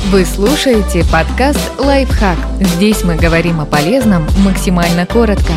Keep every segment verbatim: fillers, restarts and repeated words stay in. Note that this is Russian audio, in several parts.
Вы слушаете подкаст «Лайфхак». Здесь мы говорим о полезном максимально коротко.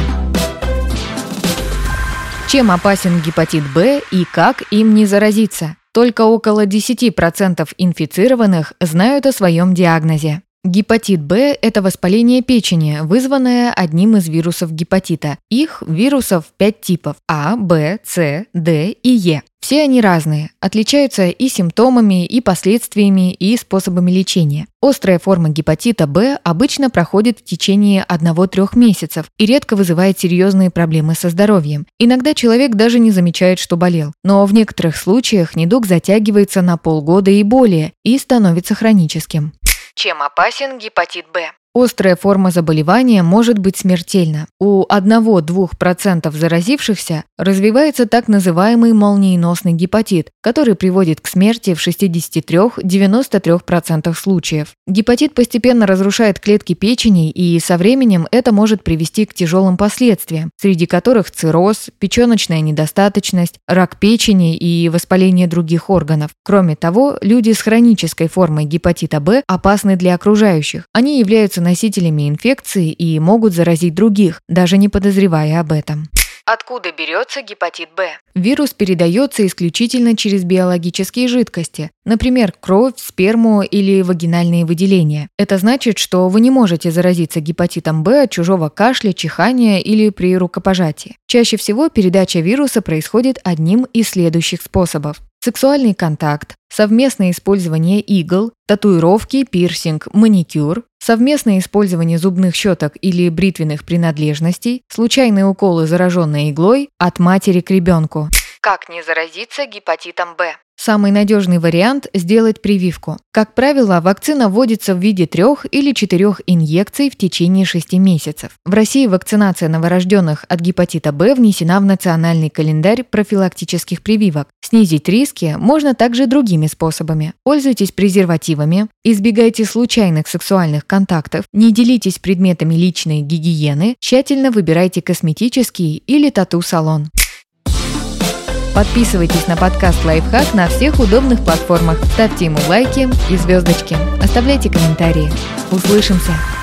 Чем опасен гепатит Б и как им не заразиться? Только около десять процентов инфицированных знают о своем диагнозе. Гепатит Б – это воспаление печени, вызванное одним из вирусов гепатита. Их вирусов пять типов – А, Б, С, Д и Е. Все они разные, отличаются и симптомами, и последствиями, и способами лечения. Острая форма гепатита Б обычно проходит в течение одного-трех месяцев и редко вызывает серьезные проблемы со здоровьем. Иногда человек даже не замечает, что болел. Но в некоторых случаях недуг затягивается на полгода и более и становится хроническим. Чем опасен гепатит Б? Острая форма заболевания может быть смертельна. У одного-двух процентов заразившихся развивается так называемый молниеносный гепатит, который приводит к смерти в шестидесяти трёх - девяноста трёх процентах случаев. Гепатит постепенно разрушает клетки печени, и со временем это может привести к тяжелым последствиям, среди которых цирроз, печеночная недостаточность, рак печени и воспаление других органов. Кроме того, люди с хронической формой гепатита Б опасны для окружающих. Они являются носителями инфекции и могут заразить других, даже не подозревая об этом. Откуда берется гепатит Б? Вирус передается исключительно через биологические жидкости, например, кровь, сперму или вагинальные выделения. Это значит, что вы не можете заразиться гепатитом Б от чужого кашля, чихания или при рукопожатии. Чаще всего передача вируса происходит одним из следующих способов. Сексуальный контакт, совместное использование игл, татуировки, пирсинг, маникюр, совместное использование зубных щеток или бритвенных принадлежностей, случайные уколы, зараженные иглой, от матери к ребенку. Как не заразиться гепатитом Б? Самый надежный вариант – сделать прививку. Как правило, вакцина вводится в виде трех или четырех инъекций в течение шести месяцев. В России вакцинация новорожденных от гепатита Б внесена в национальный календарь профилактических прививок. Снизить риски можно также другими способами. Пользуйтесь презервативами, избегайте случайных сексуальных контактов, не делитесь предметами личной гигиены, тщательно выбирайте косметический или тату-салон. Подписывайтесь на подкаст «Лайфхак» на всех удобных платформах, ставьте ему лайки и звездочки, оставляйте комментарии. Услышимся!